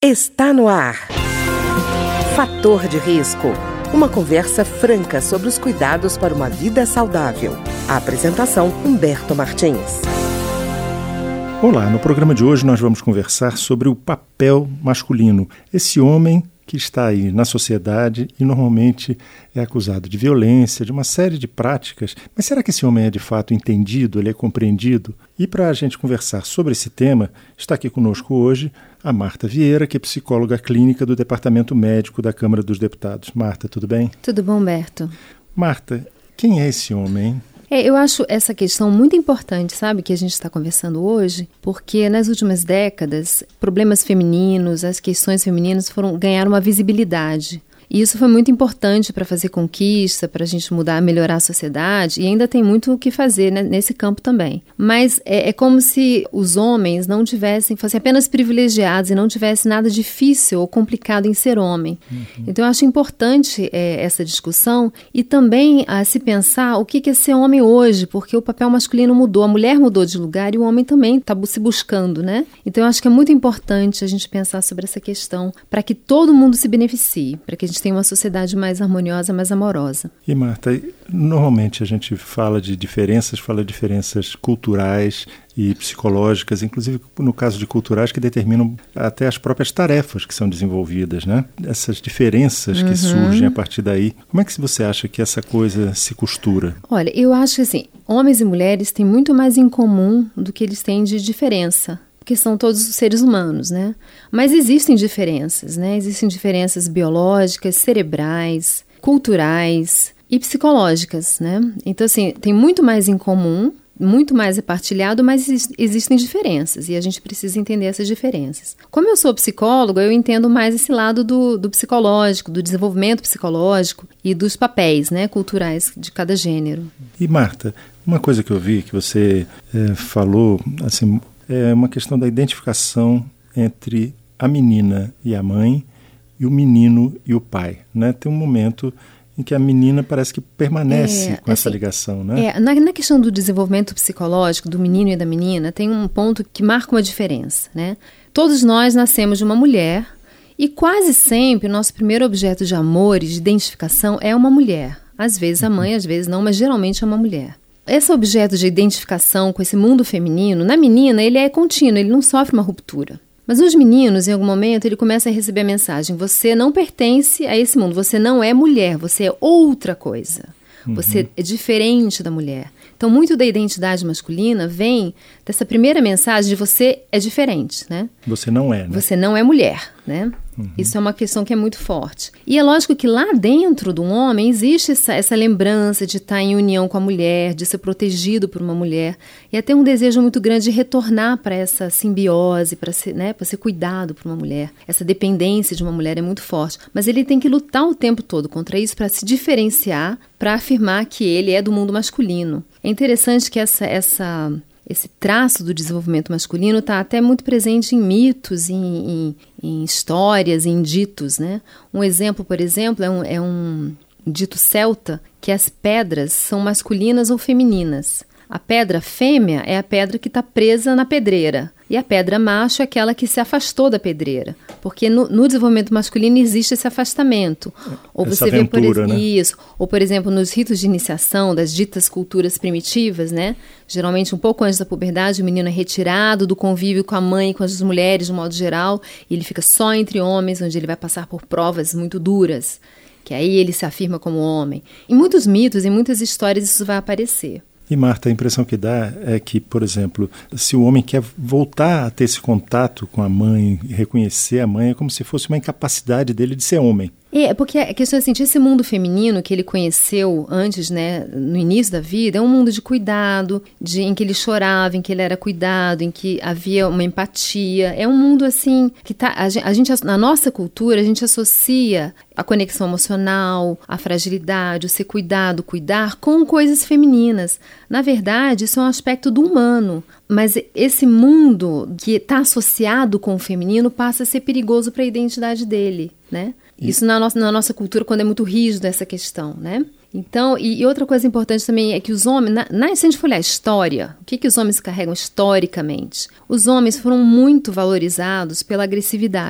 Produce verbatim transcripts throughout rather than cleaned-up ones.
Está no ar. Fator de risco. Uma conversa franca sobre os cuidados para uma vida saudável. A apresentação, Humberto Martins. Olá, no programa de hoje nós vamos conversar sobre o papel masculino. Esse homem que está aí na sociedade e normalmente é acusado de violência, de uma série de práticas. Mas será que esse homem é de fato entendido, ele é compreendido? E para a gente conversar sobre esse tema, está aqui conosco hoje a Marta Vieira, que é psicóloga clínica do Departamento Médico da Câmara dos Deputados. Marta, tudo bem? Tudo bom, Humberto. Marta, quem é esse homem, hein? É, eu acho essa questão muito importante, sabe, que a gente está conversando hoje, porque nas últimas décadas, problemas femininos, as questões femininas foram ganhar uma visibilidade. E isso foi muito importante para fazer conquista, para a gente mudar, melhorar a sociedade, e ainda tem muito o que fazer, né, nesse campo também. Mas é, é como se os homens não tivessem, fossem apenas privilegiados e não tivesse nada difícil ou complicado em ser homem. Uhum. Então eu acho importante é, essa discussão e também a se pensar o que é ser homem hoje, porque o papel masculino mudou, a mulher mudou de lugar e o homem também está se buscando, né? Então eu acho que é muito importante a gente pensar sobre essa questão para que todo mundo se beneficie, para que a gente tem uma sociedade mais harmoniosa, mais amorosa. E Marta, normalmente a gente fala de diferenças, fala de diferenças culturais e psicológicas, inclusive no caso de culturais que determinam até as próprias tarefas que são desenvolvidas, né? Essas diferenças que uhum. surgem a partir daí. Como é que você acha que essa coisa se costura? Olha, eu acho que assim, homens e mulheres têm muito mais em comum do que eles têm de diferença. Porque são todos os seres humanos, né? Mas existem diferenças, né? Existem diferenças biológicas, cerebrais, culturais e psicológicas, né? Então, assim, tem muito mais em comum, muito mais é partilhado, mas existem diferenças e a gente precisa entender essas diferenças. Como eu sou psicóloga, eu entendo mais esse lado do, do psicológico, do desenvolvimento psicológico e dos papéis, né, culturais de cada gênero. E Marta, uma coisa que eu vi que você é, falou, assim, é uma questão da identificação entre a menina e a mãe e o menino e o pai, né? Tem um momento em que a menina parece que permanece é, com essa assim, ligação, né? É, na, na questão do desenvolvimento psicológico do menino e da menina, tem um ponto que marca uma diferença, né? Todos nós nascemos de uma mulher e quase sempre o nosso primeiro objeto de amor e de identificação é uma mulher. Às vezes a mãe, às vezes não, mas geralmente é uma mulher. Esse objeto de identificação com esse mundo feminino, na menina, ele é contínuo, ele não sofre uma ruptura. Mas nos meninos, em algum momento, ele começa a receber a mensagem: você não pertence a esse mundo, você não é mulher, você é outra coisa. Uhum. Você é diferente da mulher. Então, muito da identidade masculina vem dessa primeira mensagem de você é diferente, né? Você não é, né? Você não é mulher, né? Uhum. Isso é uma questão que é muito forte. E é lógico que lá dentro do homem existe essa, essa lembrança de estar em união com a mulher, de ser protegido por uma mulher, e até um desejo muito grande de retornar para essa simbiose, para ser, né, para ser cuidado por uma mulher. Essa dependência de uma mulher é muito forte. Mas ele tem que lutar o tempo todo contra isso para se diferenciar, para afirmar que ele é do mundo masculino. É interessante que essa... essa Esse traço do desenvolvimento masculino está até muito presente em mitos, em, em, em histórias, em ditos, né? Um exemplo, por exemplo, é um, é um dito celta que as pedras são masculinas ou femininas. A pedra fêmea é a pedra que está presa na pedreira e a pedra macho é aquela que se afastou da pedreira, porque no, no desenvolvimento masculino existe esse afastamento. Ou essa você aventura, vê por né? isso, ou por exemplo nos ritos de iniciação das ditas culturas primitivas, né? Geralmente um pouco antes da puberdade o menino é retirado do convívio com a mãe e com as mulheres de um modo geral, e ele fica só entre homens, onde ele vai passar por provas muito duras, que aí ele se afirma como homem. Em muitos mitos, em muitas histórias isso vai aparecer. E Marta, a impressão que dá é que, por exemplo, se o homem quer voltar a ter esse contato com a mãe, reconhecer a mãe, é como se fosse uma incapacidade dele de ser homem. É, porque a questão é assim, esse mundo feminino que ele conheceu antes, né, no início da vida, é um mundo de cuidado, de, em que ele chorava, em que ele era cuidado, em que havia uma empatia. É um mundo, assim, que tá, a gente, a gente, na nossa cultura, a gente associa a conexão emocional, a fragilidade, o ser cuidado, cuidar, com coisas femininas. Na verdade, isso é um aspecto do humano. Mas esse mundo que está associado com o feminino passa a ser perigoso para a identidade dele, né? Isso na nossa, na nossa cultura, quando é muito rígido essa questão, né? Então, e, e outra coisa importante também é que os homens, na, na, se a gente for olhar a história, o que, que os homens carregam historicamente? Os homens foram muito valorizados pela agressividade.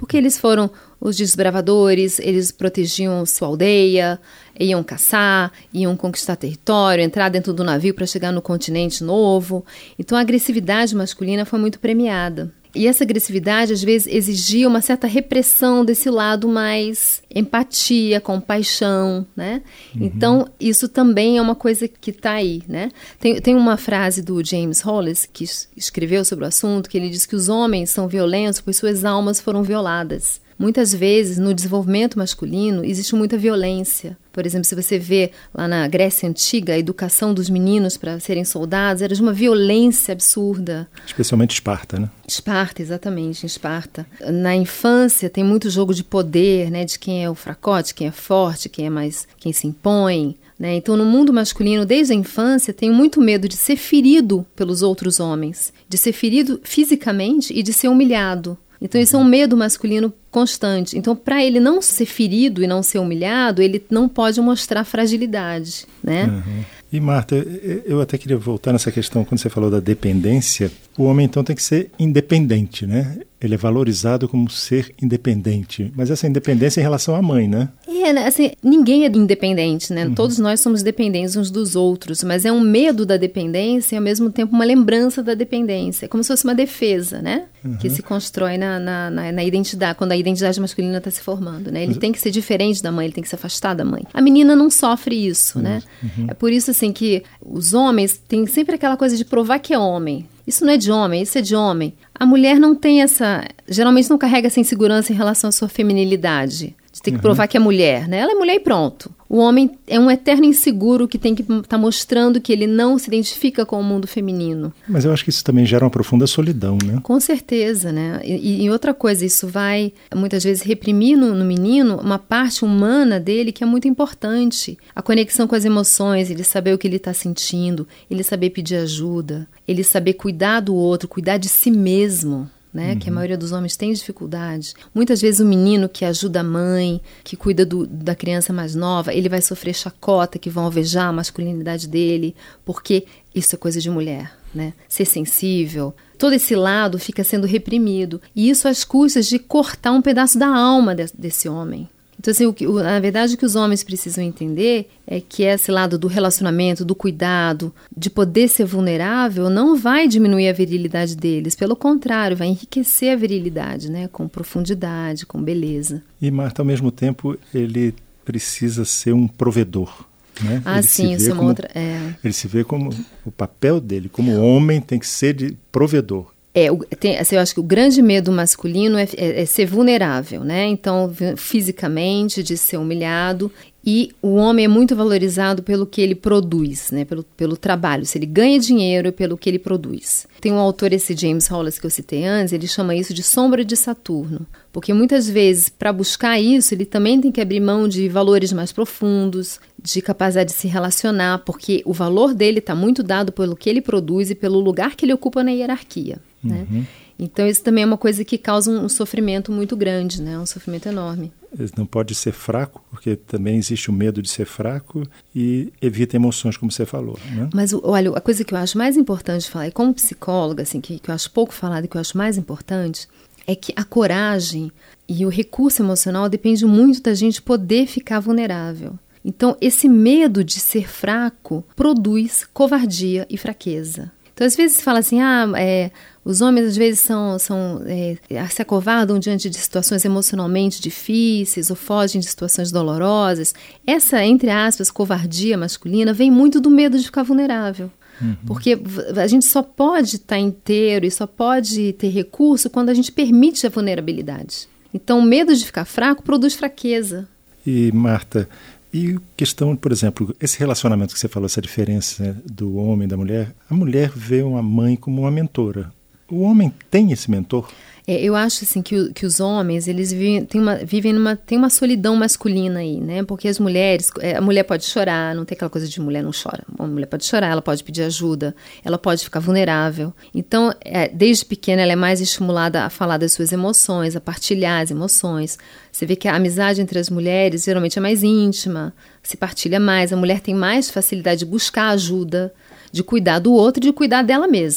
Porque eles foram os desbravadores, eles protegiam sua aldeia, iam caçar, iam conquistar território, entrar dentro do navio para chegar no continente novo. Então a agressividade masculina foi muito premiada. E essa agressividade, às vezes, exigia uma certa repressão desse lado mais empatia, compaixão, né? Uhum. Então, isso também é uma coisa que está aí, né? Tem, tem uma frase do James Hollis, que escreveu sobre o assunto, que ele diz que os homens são violentos pois suas almas foram violadas. Muitas vezes, no desenvolvimento masculino, existe muita violência. Por exemplo, se você vê lá na Grécia Antiga, a educação dos meninos para serem soldados era de uma violência absurda. Especialmente Esparta, né? Esparta, exatamente, em Esparta. Na infância tem muito jogo de poder, né? De quem é o fracote, quem é forte, quem é mais, quem se impõe. Né? Então, no mundo masculino, desde a infância, tem muito medo de ser ferido pelos outros homens, de ser ferido fisicamente e de ser humilhado. Então, isso é um medo masculino constante. Então, para ele não ser ferido e não ser humilhado, ele não pode mostrar fragilidade, né? Uhum. E, Marta, eu até queria voltar nessa questão, quando você falou da dependência, o homem, então, tem que ser independente, né? Ele é valorizado como ser independente. Mas essa independência é em relação à mãe, né? É, assim, ninguém é independente, né? Uhum. Todos nós somos dependentes uns dos outros, mas é um medo da dependência e, ao mesmo tempo, uma lembrança da dependência. É como se fosse uma defesa, né? Uhum. Que se constrói na, na, na, na identidade, quando a identidade masculina está se formando, né? Ele mas... tem que ser diferente da mãe, ele tem que se afastar da mãe. A menina não sofre isso, uhum. né? Uhum. É por isso, assim, que os homens têm sempre aquela coisa de provar que é homem. Isso não é de homem, isso é de homem. A mulher não tem essa... Geralmente não carrega essa insegurança em relação à sua feminilidade. De ter que uhum. provar que é mulher, né? Ela é mulher e pronto. O homem é um eterno inseguro que tem que estar tá mostrando que ele não se identifica com o mundo feminino. Mas eu acho que isso também gera uma profunda solidão, né? Com certeza, né? E, e outra coisa, isso vai muitas vezes reprimir no, no menino uma parte humana dele que é muito importante. A conexão com as emoções, ele saber o que ele está sentindo, ele saber pedir ajuda, ele saber cuidar do outro, cuidar de si mesmo. Né? Uhum. Que a maioria dos homens tem dificuldade. Muitas vezes o menino que ajuda a mãe, que cuida do, da criança mais nova, ele vai sofrer chacota, que vão alvejar a masculinidade dele, porque isso é coisa de mulher, né? Ser sensível. Todo esse lado fica sendo reprimido. E isso às custas de cortar um pedaço da alma de, desse homem. Então, assim, o que, o, na verdade, o que os homens precisam entender é que esse lado do relacionamento, do cuidado, de poder ser vulnerável, não vai diminuir a virilidade deles. Pelo contrário, vai enriquecer a virilidade, né? Com profundidade, com beleza. E, Marta, ao mesmo tempo, ele precisa ser um provedor. Né? Ah, ele sim, isso é uma outra... É. Ele se vê como... O papel dele como homem tem que ser de provedor. É, tem, assim, eu acho que o grande medo masculino é, é, é ser vulnerável, né? Então, fisicamente, de ser humilhado. E o homem é muito valorizado pelo que ele produz, né? Pelo, pelo trabalho. Se ele ganha dinheiro, pelo que ele produz. Tem um autor, esse James Hollis, que eu citei antes, ele chama isso de sombra de Saturno. Porque muitas vezes, para buscar isso, ele também tem que abrir mão de valores mais profundos, de capacidade de se relacionar, porque o valor dele está muito dado pelo que ele produz e pelo lugar que ele ocupa na hierarquia. Né? Uhum. Então isso também é uma coisa que causa um sofrimento muito grande, né? Um sofrimento enorme. Ele não pode ser fraco, porque também existe o medo de ser fraco e evita emoções, como você falou. Né? Mas olha, a coisa que eu acho mais importante de falar, e como psicóloga, assim, que, que eu acho pouco falada e que eu acho mais importante, é que a coragem e o recurso emocional depende muito da gente poder ficar vulnerável. Então esse medo de ser fraco produz covardia e fraqueza. Então, às vezes, se fala assim, ah, é, os homens, às vezes, são, são, é, se acovardam diante de situações emocionalmente difíceis ou fogem de situações dolorosas. Essa, entre aspas, covardia masculina vem muito do medo de ficar vulnerável. Uhum. Porque a gente só pode estar inteiro e só pode ter recurso quando a gente permite a vulnerabilidade. Então, o medo de ficar fraco produz fraqueza. E, Marta... E questão, por exemplo, esse relacionamento que você falou, essa diferença do homem e da mulher, a mulher vê uma mãe como uma mentora. O homem tem esse mentor? É, eu acho assim, que, o, que os homens eles vivem, tem uma, vivem numa tem uma solidão masculina aí, né? Porque as mulheres, a mulher pode chorar, não tem aquela coisa de mulher não chora. A mulher pode chorar, ela pode pedir ajuda, ela pode ficar vulnerável. Então, é, desde pequena, ela é mais estimulada a falar das suas emoções, a partilhar as emoções. Você vê que a amizade entre as mulheres geralmente é mais íntima, se partilha mais, a mulher tem mais facilidade de buscar ajuda, de cuidar do outro e de cuidar dela mesma.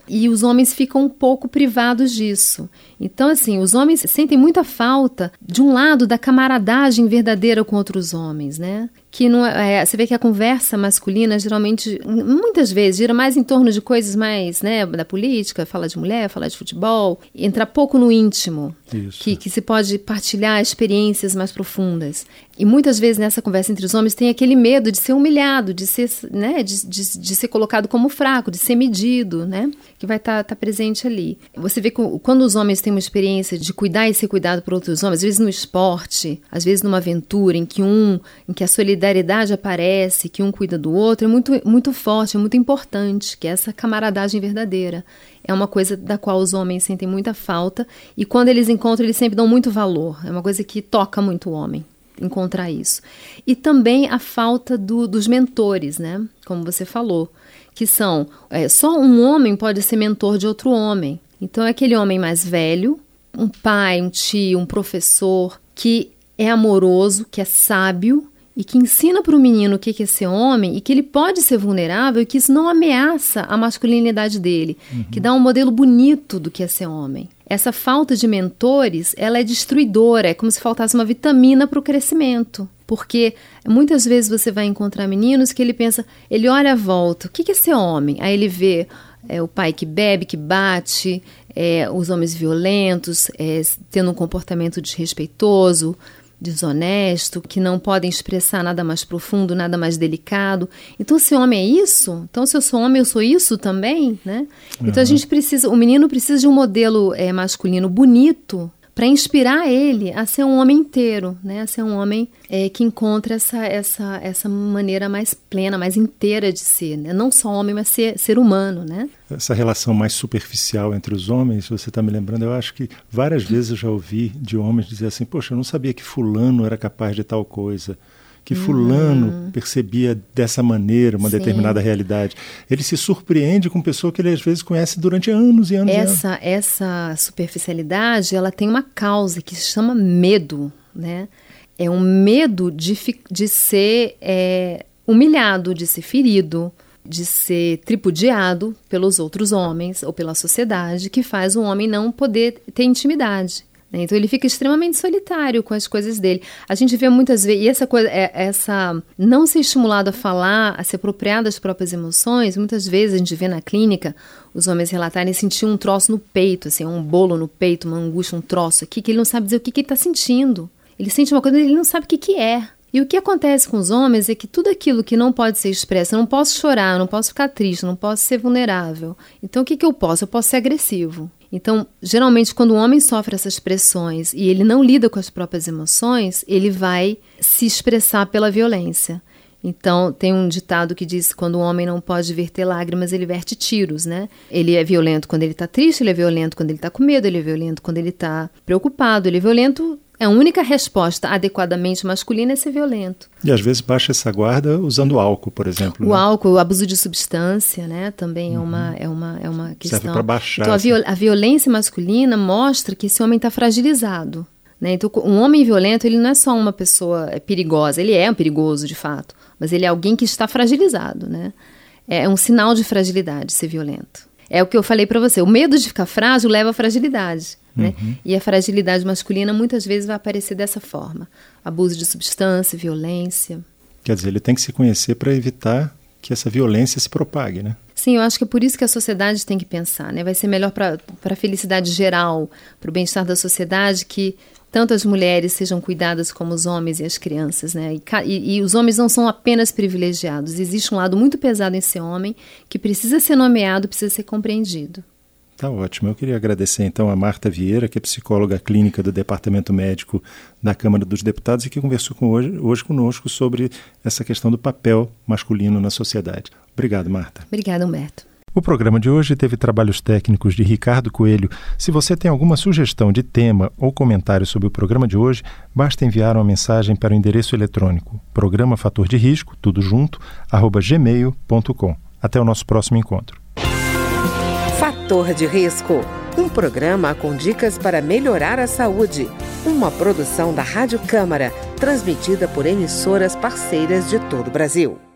e os homens ficam um pouco privados disso. Então, assim, os homens sentem muita falta, de um lado, da camaradagem verdadeira com outros homens, né? Que não é, você vê que a conversa masculina geralmente, muitas vezes, gira mais em torno de coisas mais, né, da política, fala de mulher, fala de futebol, entra pouco no íntimo, que, que se pode partilhar experiências mais profundas. E muitas vezes nessa conversa entre os homens tem aquele medo de ser humilhado, de ser, né, de, de, de ser colocado como fraco, de ser medido, né, que vai estar tá, tá presente ali. Você vê que quando os homens têm uma experiência de cuidar e ser cuidado por outros homens, às vezes no esporte, às vezes numa aventura em que um, em que a solidariedade aparece, que um cuida do outro, é muito, muito forte, é muito importante, que é essa camaradagem verdadeira. É uma coisa da qual os homens sentem muita falta e quando eles encontram, eles sempre dão muito valor. É uma coisa que toca muito o homem, encontrar isso. E também a falta do, dos mentores, né? Como você falou, que são, é, só um homem pode ser mentor de outro homem. Então é aquele homem mais velho, um pai, um tio, um professor, que é amoroso, que é sábio e que ensina para o menino o que é ser homem e que ele pode ser vulnerável e que isso não ameaça a masculinidade dele, uhum. que dá um modelo bonito do que é ser homem. Essa falta de mentores, ela é destruidora, é como se faltasse uma vitamina para o crescimento. Porque muitas vezes você vai encontrar meninos que ele pensa, ele olha à volta, o que é ser homem? Aí ele vê é, o pai que bebe, que bate, é, os homens violentos, é, tendo um comportamento desrespeitoso, desonesto, que não podem expressar nada mais profundo, nada mais delicado. Então, se homem é isso, então se eu sou homem, eu sou isso também, né? Uhum. Então a gente precisa, o menino precisa de um modelo é, masculino bonito para inspirar ele a ser um homem inteiro, né? A ser um homem é, que encontra essa, essa, essa maneira mais plena, mais inteira de ser, né? Não só homem, mas ser, ser humano, né? Essa relação mais superficial entre os homens, você está me lembrando, eu acho que várias vezes eu já ouvi de homens dizer assim, poxa, eu não sabia que fulano era capaz de tal coisa, que fulano uhum. percebia dessa maneira uma Sim. determinada realidade. Ele se surpreende com pessoa que ele às vezes conhece durante anos e anos essa, e anos. Essa superficialidade, ela tem uma causa que se chama medo, né? É um medo de, de ser é, humilhado, de ser ferido, de ser tripudiado pelos outros homens ou pela sociedade, que faz o homem não poder ter intimidade. Então ele fica extremamente solitário com as coisas dele. A gente vê muitas vezes, e essa coisa, essa não ser estimulado a falar, a se apropriar das próprias emoções, muitas vezes a gente vê na clínica os homens relatarem sentir um troço no peito, assim, um bolo no peito, uma angústia, um troço aqui, que ele não sabe dizer o que, que ele está sentindo. Ele sente uma coisa, ele não sabe o que, que é. E o que acontece com os homens é que tudo aquilo que não pode ser expresso, eu não posso chorar, eu não posso ficar triste, eu não posso ser vulnerável. Então o que, que eu posso? Eu posso ser agressivo. Então, geralmente, quando o homem sofre essas pressões e ele não lida com as próprias emoções, ele vai se expressar pela violência. Então, tem um ditado que diz que quando o homem não pode verter lágrimas, ele verte tiros, né? Ele é violento quando ele está triste, ele é violento quando ele está com medo, ele é violento quando ele está preocupado, ele é violento... A única resposta adequadamente masculina é ser violento. E às vezes baixa essa guarda usando álcool, por exemplo. O né? álcool, o abuso de substância, né, também uhum. é, uma, é, uma, é uma questão. Serve para baixar. Então, a, viol- a violência masculina mostra que esse homem está fragilizado. Né? Então, um homem violento, ele não é só uma pessoa perigosa, ele é um perigoso, de fato, mas ele é alguém que está fragilizado. Né? É um sinal de fragilidade ser violento. É o que eu falei para você, o medo de ficar frágil leva à fragilidade. Né? Uhum. E a fragilidade masculina muitas vezes vai aparecer dessa forma. Abuso de substância, violência. Quer dizer, ele tem que se conhecer para evitar que essa violência se propague, né? Sim, eu acho que é por isso que a sociedade tem que pensar, né? Vai ser melhor para a felicidade geral, para o bem-estar da sociedade, que tanto as mulheres sejam cuidadas como os homens e as crianças, né? E, e, e os homens não são apenas privilegiados. Existe um lado muito pesado em ser homem que precisa ser nomeado, precisa ser compreendido. Tá ótimo. Eu queria agradecer então a Marta Vieira, que é psicóloga clínica do Departamento Médico da Câmara dos Deputados e que conversou com hoje, hoje conosco sobre essa questão do papel masculino na sociedade. Obrigado, Marta. Obrigada, Humberto. O programa de hoje teve trabalhos técnicos de Ricardo Coelho. Se você tem alguma sugestão de tema ou comentário sobre o programa de hoje, basta enviar uma mensagem para o endereço eletrônico programa fator de risco, tudo junto, arroba gmail ponto com. Até o nosso próximo encontro. Fator de Risco, um programa com dicas para melhorar a saúde. Uma produção da Rádio Câmara, transmitida por emissoras parceiras de todo o Brasil.